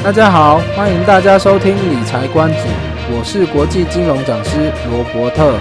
大家好，欢迎大家收听理财观组，我是国际金融讲师罗伯特。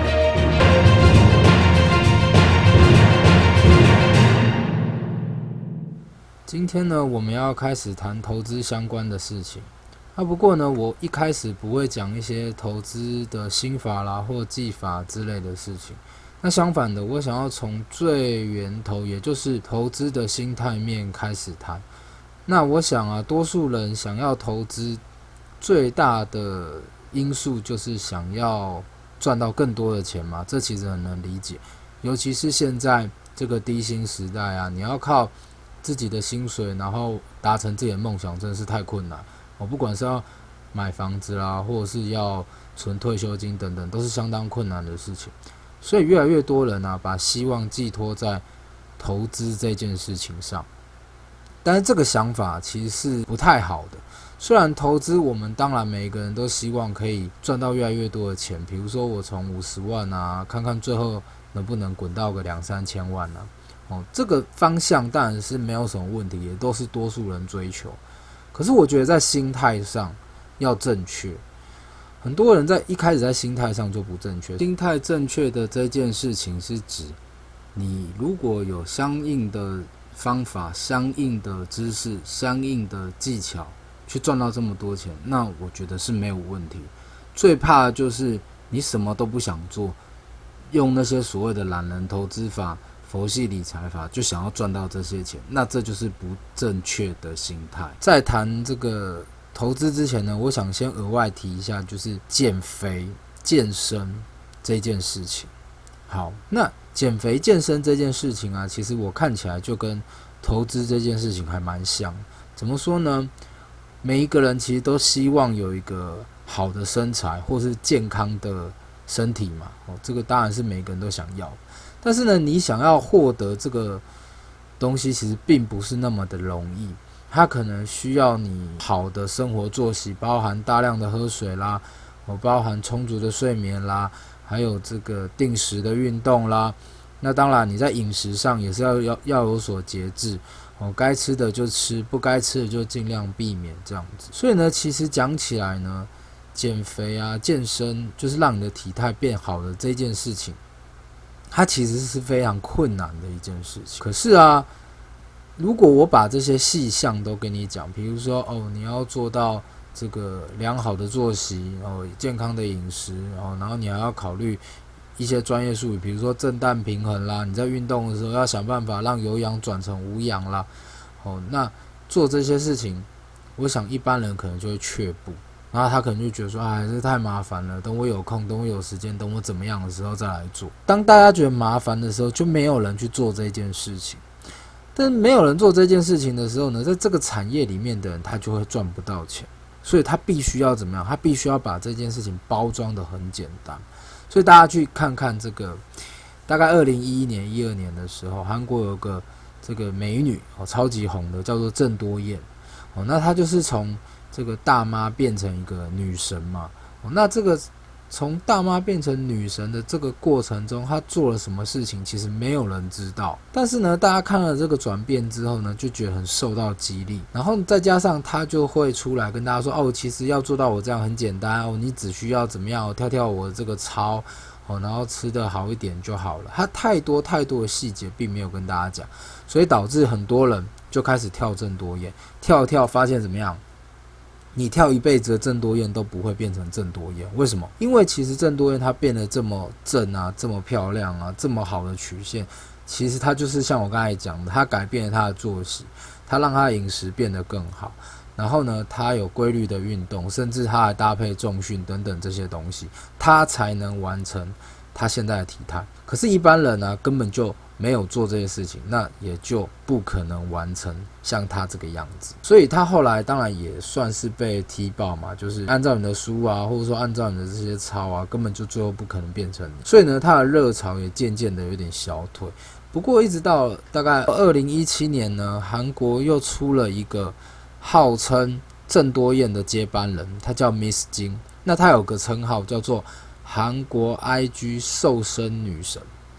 今天呢，我们要开始谈投资相关的事情。不过呢，我一开始不会讲一些投资的心法啦或技法之类的事情。那相反的，我想要从最源头，也就是投资的心态面开始谈。那我想啊，多数人想要投资，最大的因素就是想要赚到更多的钱嘛，这其实很能理解。尤其是现在这个低薪时代啊，你要靠自己的薪水，然后达成自己的梦想，真的是太困难。不管是要买房子啦，或者是要存退休金等等，都是相当困难的事情。所以越来越多人啊，把希望寄托在投资这件事情上。但是这个想法其实是不太好的。虽然投资，我们当然每个人都希望可以赚到越来越多的钱，比如说我从50万啊，看看最后能不能滚到个2-3千万啊。这个方向当然是没有什么问题，也都是多数人追求。可是我觉得在心态上要正确，很多人在一开始在心态上就不正确。心态正确的这件事情是指，你如果有相应的方法、相应的知识、相应的技巧去赚到这么多钱，那我觉得是没有问题。最怕的就是你什么都不想做，用那些所谓的懒人投资法、佛系理财法就想要赚到这些钱，那这就是不正确的心态。在谈这个投资之前呢，我想先额外提一下，就是减肥、健身这件事情。好，那减肥健身这件事情啊，其实我看起来就跟投资这件事情还蛮像。怎么说呢？每一个人其实都希望有一个好的身材或是健康的身体嘛。这个当然是每个人都想要。但是呢，你想要获得这个东西，其实并不是那么的容易。它可能需要你好的生活作息，包含大量的喝水啦，包含充足的睡眠啦，还有这个定时的运动啦。那当然，你在饮食上也是要有所节制。该吃的就吃，不该吃的就尽量避免这样子。所以呢，其实讲起来呢，减肥啊、健身，就是让你的体态变好的这件事情，它其实是非常困难的一件事情。可是啊，如果我把这些细项都跟你讲，比如说你要做到这个良好的作息，健康的饮食，然后你还要考虑一些专业术语，比如说正氮平衡啦，你在运动的时候要想办法让有氧转成无氧啦。那做这些事情，我想一般人可能就会却步，然后他可能就觉得说，这太麻烦了，等我有空，等我有时间，等我怎么样的时候再来做。当大家觉得麻烦的时候，就没有人去做这件事情。但是没有人做这件事情的时候呢，在这个产业里面的人，他就会赚不到钱，所以他必须要怎么样？他必须要把这件事情包装得很简单。所以大家去看看这个，大概2011年、12年的时候，韩国有个这个美女超级红的，叫做郑多燕。那她就是从这个大妈变成一个女神嘛。那这个从大妈变成女神的这个过程中，她做了什么事情，其实没有人知道。但是呢，大家看了这个转变之后呢，就觉得很受到激励。然后再加上她就会出来跟大家说，其实要做到我这样很简单你只需要怎么样跳我的这个操然后吃得好一点就好了。她太多的细节并没有跟大家讲，所以导致很多人就开始跳郑多燕，跳一跳发现怎么样？你跳一辈子的郑多燕都不会变成郑多燕，为什么？因为其实郑多燕她变得这么正啊，这么漂亮啊，这么好的曲线，其实她就是像我刚才讲的，她改变了她的作息，她让她的饮食变得更好，然后呢，她有规律的运动，甚至她还搭配重训等等这些东西，她才能完成她现在的体态。可是，一般人呢，根本就没有做这些事情，那也就不可能完成像他这个样子。所以他后来当然也算是被踢爆嘛，就是按照你的书啊，或者说按照你的这些操啊，根本就最后不可能变成你。所以呢，他的热潮也渐渐的有点消退。不过一直到大概2017年呢，韩国又出了一个号称郑多燕的接班人，他叫 Miss 金。那他有个称号叫做韩国 IG 瘦身女神。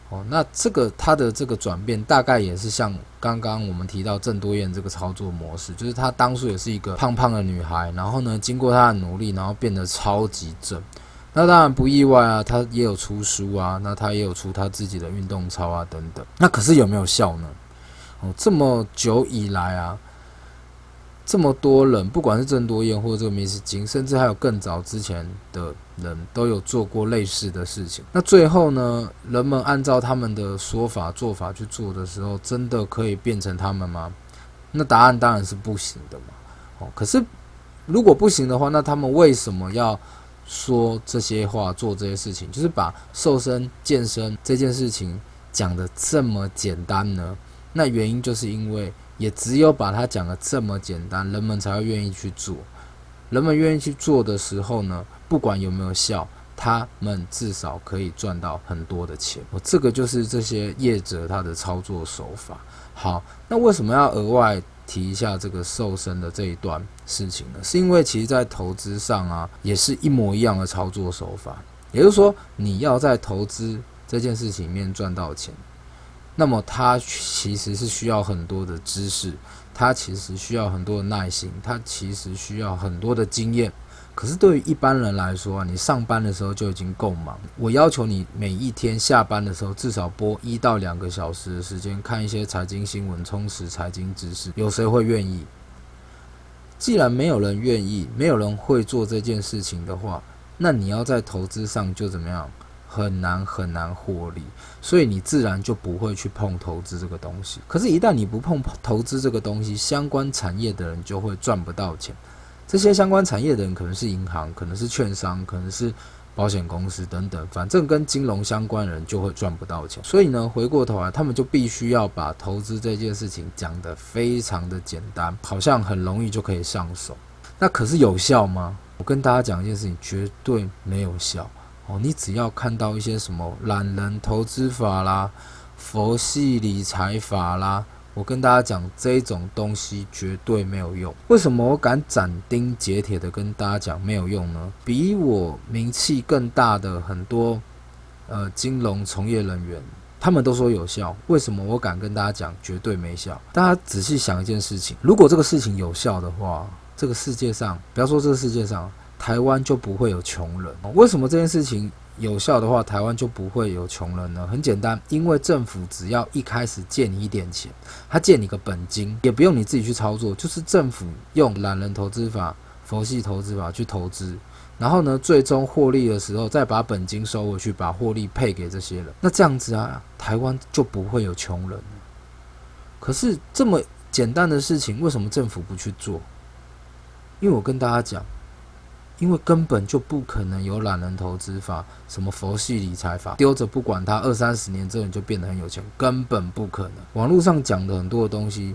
那他的这个转变大概也是像刚刚我们提到郑多燕这个操作模式，就是她当初也是一个胖胖的女孩，然后呢经过她的努力，然后变得超级正。那当然不意外啊，她也有出书啊，那她也有出她自己的运动操啊等等。那可是有没有效呢？这么久以来啊，这么多人，不管是郑多燕或者这个梅斯金，甚至还有更早之前的人都有做过类似的事情。那最后呢，人们按照他们的说法做法去做的时候，真的可以变成他们吗？那答案当然是不行的嘛。可是如果不行的话，那他们为什么要说这些话、做这些事情？就是把瘦身、健身这件事情讲得这么简单呢？那原因就是因为也只有把它讲得这么简单，人们才会愿意去做。人们愿意去做的时候呢，不管有没有效，他们至少可以赚到很多的钱。这个就是这些业者他的操作手法。好，那为什么要额外提一下这个瘦身的这一段事情呢？是因为其实在投资上啊，也是一模一样的操作手法。也就是说，你要在投资这件事情里面赚到钱，那么它其实是需要很多的知识，它其实需要很多的耐心，它其实需要很多的经验。可是对于一般人来说啊，你上班的时候就已经够忙，我要求你每一天下班的时候至少拨1到2个小时的时间看一些财经新闻，充实财经知识，有谁会愿意？既然没有人愿意，没有人会做这件事情的话，那你要在投资上就怎么样？很难获利，所以你自然就不会去碰投资这个东西。可是，一旦你不碰投资这个东西，相关产业的人就会赚不到钱。这些相关产业的人可能是银行，可能是券商，可能是保险公司等等，反正跟金融相关的人就会赚不到钱。所以呢，回过头来，他们就必须要把投资这件事情讲得非常的简单，好像很容易就可以上手。那可是有效吗？我跟大家讲一件事情，绝对没有效。你只要看到一些什么懒人投资法啦、佛系理财法啦，我跟大家讲，这种东西绝对没有用。为什么我敢斩钉截铁的跟大家讲没有用呢？比我名气更大的很多金融从业人员，他们都说有效。为什么我敢跟大家讲绝对没效？大家仔细想一件事情，如果这个事情有效的话，这个世界上，不要说这个世界上，台湾就不会有穷人。为什么这件事情有效的话，台湾就不会有穷人呢？很简单，因为政府只要一开始借你一点钱，他借你个本金，也不用你自己去操作，就是政府用懒人投资法、佛系投资法去投资，然后呢，最终获利的时候再把本金收回去，把获利配给这些人。那这样子啊，台湾就不会有穷人。可是这么简单的事情，为什么政府不去做？因为我跟大家讲，因为根本就不可能有懒人投资法、什么佛系理财法，丢着不管它，20-30年之后你就变得很有钱，根本不可能。网络上讲的很多的东西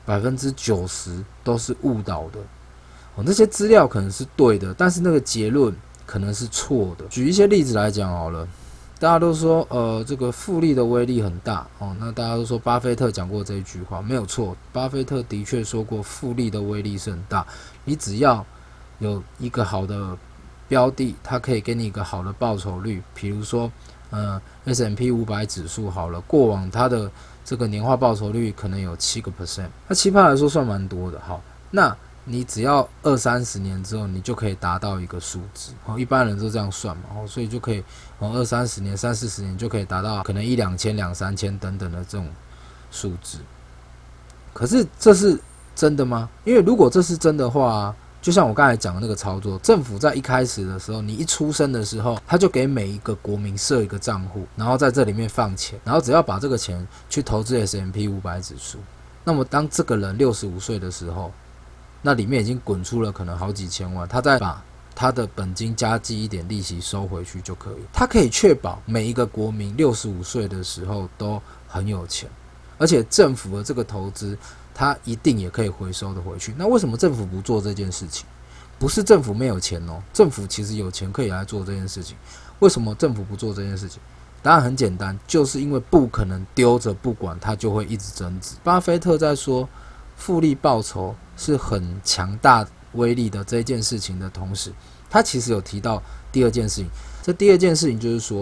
，90%都是误导的。那些资料可能是对的，但是那个结论可能是错的。举一些例子来讲好了，大家都说这个复利的威力很大那大家都说巴菲特讲过这一句话，没有错，巴菲特的确说过复利的威力是很大。你只要有一个好的标的，它可以给你一个好的报酬率，比如说S&P 500指数好了，过往它的这个年化报酬率可能有7%，那7%来说算蛮多的。好，那你只要20-30年之后，你就可以达到一个数字。一般人都这样算嘛，所以就可以20-30年、30-40年就可以达到可能1-2千、2-3千等等的这种数字。可是这是真的吗？因为如果这是真的话就像我刚才讲的那个操作，政府在一开始的时候，你一出生的时候，他就给每一个国民设一个账户，然后在这里面放钱，然后只要把这个钱去投资 S&P 500指数。那么当这个人65岁的时候，那里面已经滚出了可能好几千万，他再把他的本金加计一点利息收回去就可以。他可以确保每一个国民65岁的时候都很有钱，而且政府的这个投资，他一定也可以回收的回去。那为什么政府不做这件事情？不是政府没有钱政府其实有钱可以来做这件事情。为什么政府不做这件事情？答案很简单，就是因为不可能丢着不管，它就会一直增值。巴菲特在说复利报酬是很强大威力的这件事情的同时，他其实有提到第二件事情。这第二件事情就是说，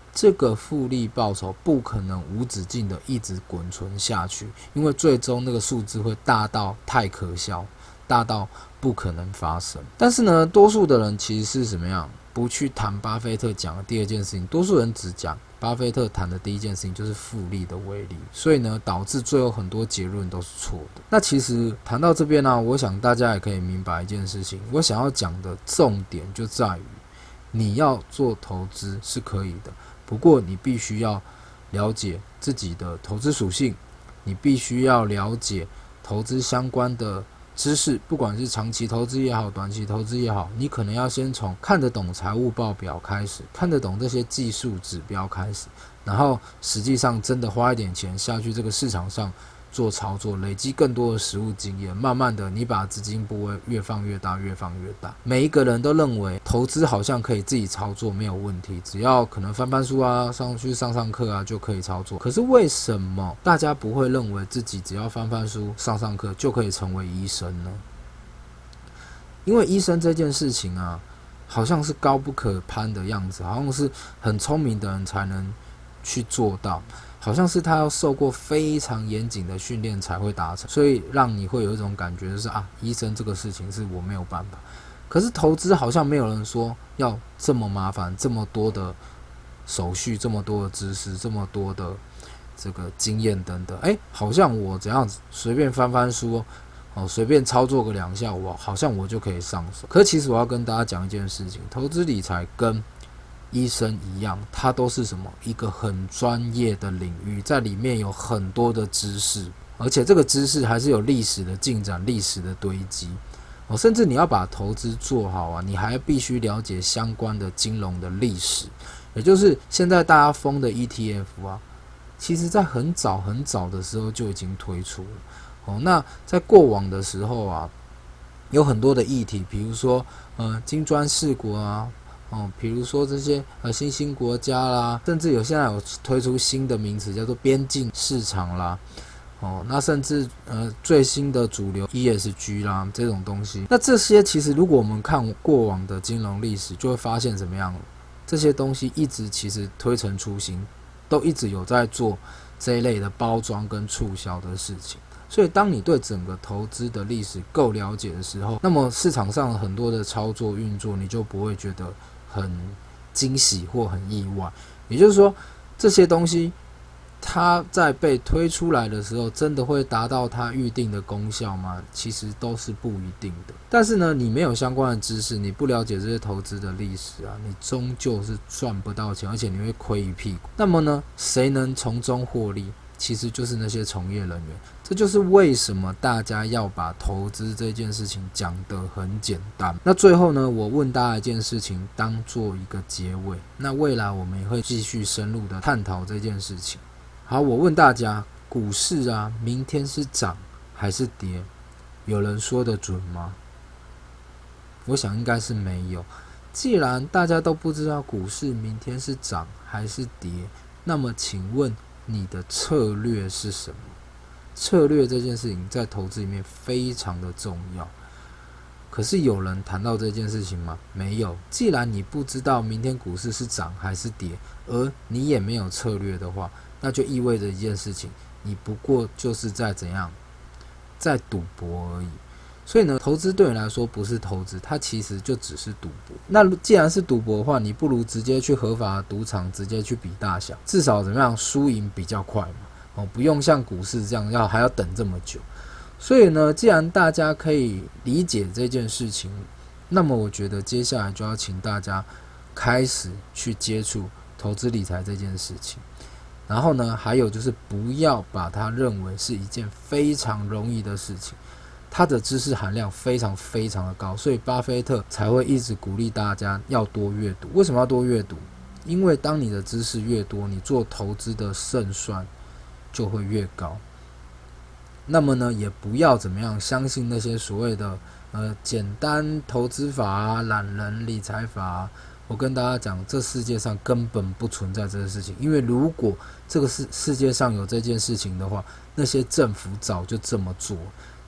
这个复利报酬不可能无止境的一直滚存下去，因为最终那个数字会大到太可笑，大到不可能发生。但是呢，多数的人其实是怎么样？不去谈巴菲特讲的第二件事情，多数人只讲巴菲特谈的第一件事情，就是复利的威力，所以呢，导致最后很多结论都是错的。那其实谈到这边呢，我想大家也可以明白一件事情，我想要讲的重点就在于，你要做投资是可以的，不过你必须要了解自己的投资属性，你必须要了解投资相关的知识，不管是长期投资也好，短期投资也好，你可能要先从看得懂财务报表开始，看得懂这些技术指标开始，然后实际上真的花一点钱下去这个市场上做操作，累积更多的实务经验，慢慢的你把资金部位越放越大，越放越大。每一个人都认为投资好像可以自己操作没有问题，只要可能翻书啊，去上课啊就可以操作。可是为什么大家不会认为自己只要翻书上课就可以成为医生呢？因为医生这件事情啊，好像是高不可攀的样子，好像是很聪明的人才能去做到，好像是他要受过非常严谨的训练才会达成，所以让你会有一种感觉，就是医生这个事情是我没有办法。可是投资好像没有人说要这么麻烦，这么多的手续，这么多的知识，这么多的这个经验等等。好像我怎样子随便翻书，随便操作个2下，好像我就可以上手。可是其实我要跟大家讲一件事情，投资理财跟医生一样，它都是什么？一个很专业的领域，在里面有很多的知识，而且这个知识还是有历史的进展、历史的堆积。甚至你要把投资做好啊，你还必须了解相关的金融的历史，也就是现在大家疯的 ETF 啊，其实在很早很早的时候就已经推出了。那在过往的时候啊，有很多的议题，比如说金砖四国啊。比如说这些新兴国家啦，甚至现在有推出新的名词叫做边境市场啦，那甚至最新的主流 ESG 啦这种东西，那这些其实如果我们看过往的金融历史，就会发现怎么样？这些东西一直其实推陈出新，都一直有在做这一类的包装跟促销的事情。所以当你对整个投资的历史够了解的时候，那么市场上很多的操作运作，你就不会觉得很惊喜或很意外。也就是说，这些东西它在被推出来的时候，真的会达到它预定的功效吗？其实都是不一定的。但是呢，你没有相关的知识，你不了解这些投资的历史啊，你终究是赚不到钱，而且你会亏一屁股。那么呢，谁能从中获利？其实就是那些从业人员。这就是为什么大家要把投资这件事情讲得很简单。那最后呢，我问大家一件事情，当做一个结尾。那未来我们也会继续深入的探讨这件事情。好，我问大家，股市啊，明天是涨还是跌？有人说得准吗？我想应该是没有。既然大家都不知道股市明天是涨还是跌，那么请问你的策略是什么？策略这件事情在投资里面非常的重要。可是有人谈到这件事情吗？没有。既然你不知道明天股市是涨还是跌，而你也没有策略的话，那就意味着一件事情，你不过就是在怎样，在赌博而已。所以呢，投资对你来说不是投资，它其实就只是赌博。那既然是赌博的话，你不如直接去合法的赌场直接去比大小，至少怎么样，输赢比较快嘛。不用像股市这样还要等这么久。所以呢，既然大家可以理解这件事情，那么我觉得接下来就要请大家开始去接触投资理财这件事情。然后呢，还有就是不要把它认为是一件非常容易的事情。它的知识含量非常非常的高，所以巴菲特才会一直鼓励大家要多阅读。为什么要多阅读？因为当你的知识越多，你做投资的胜算就会越高。那么呢，也不要怎么样相信那些所谓的简单投资法啊、懒人理财法啊。我跟大家讲，这世界上根本不存在这个事情，因为如果这个世界上有这件事情的话，那些政府早就这么做。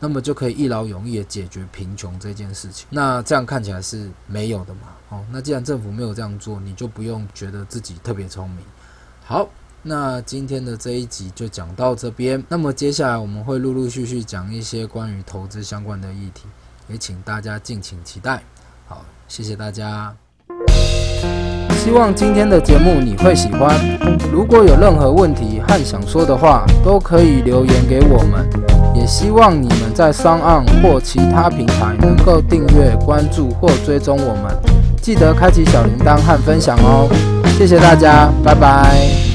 那么就可以一劳永逸的解决贫穷这件事情。那这样看起来是没有的嘛，那既然政府没有这样做，你就不用觉得自己特别聪明。好，那今天的这一集就讲到这边，那么接下来我们会陆陆续续讲一些关于投资相关的议题，也请大家敬请期待。好，谢谢大家。希望今天的节目你会喜欢，如果有任何问题和想说的话，都可以留言给我们，也希望你们在SoundOn或其他平台能够订阅、关注或追踪我们，记得开启小铃铛和分享哦。谢谢大家，拜拜。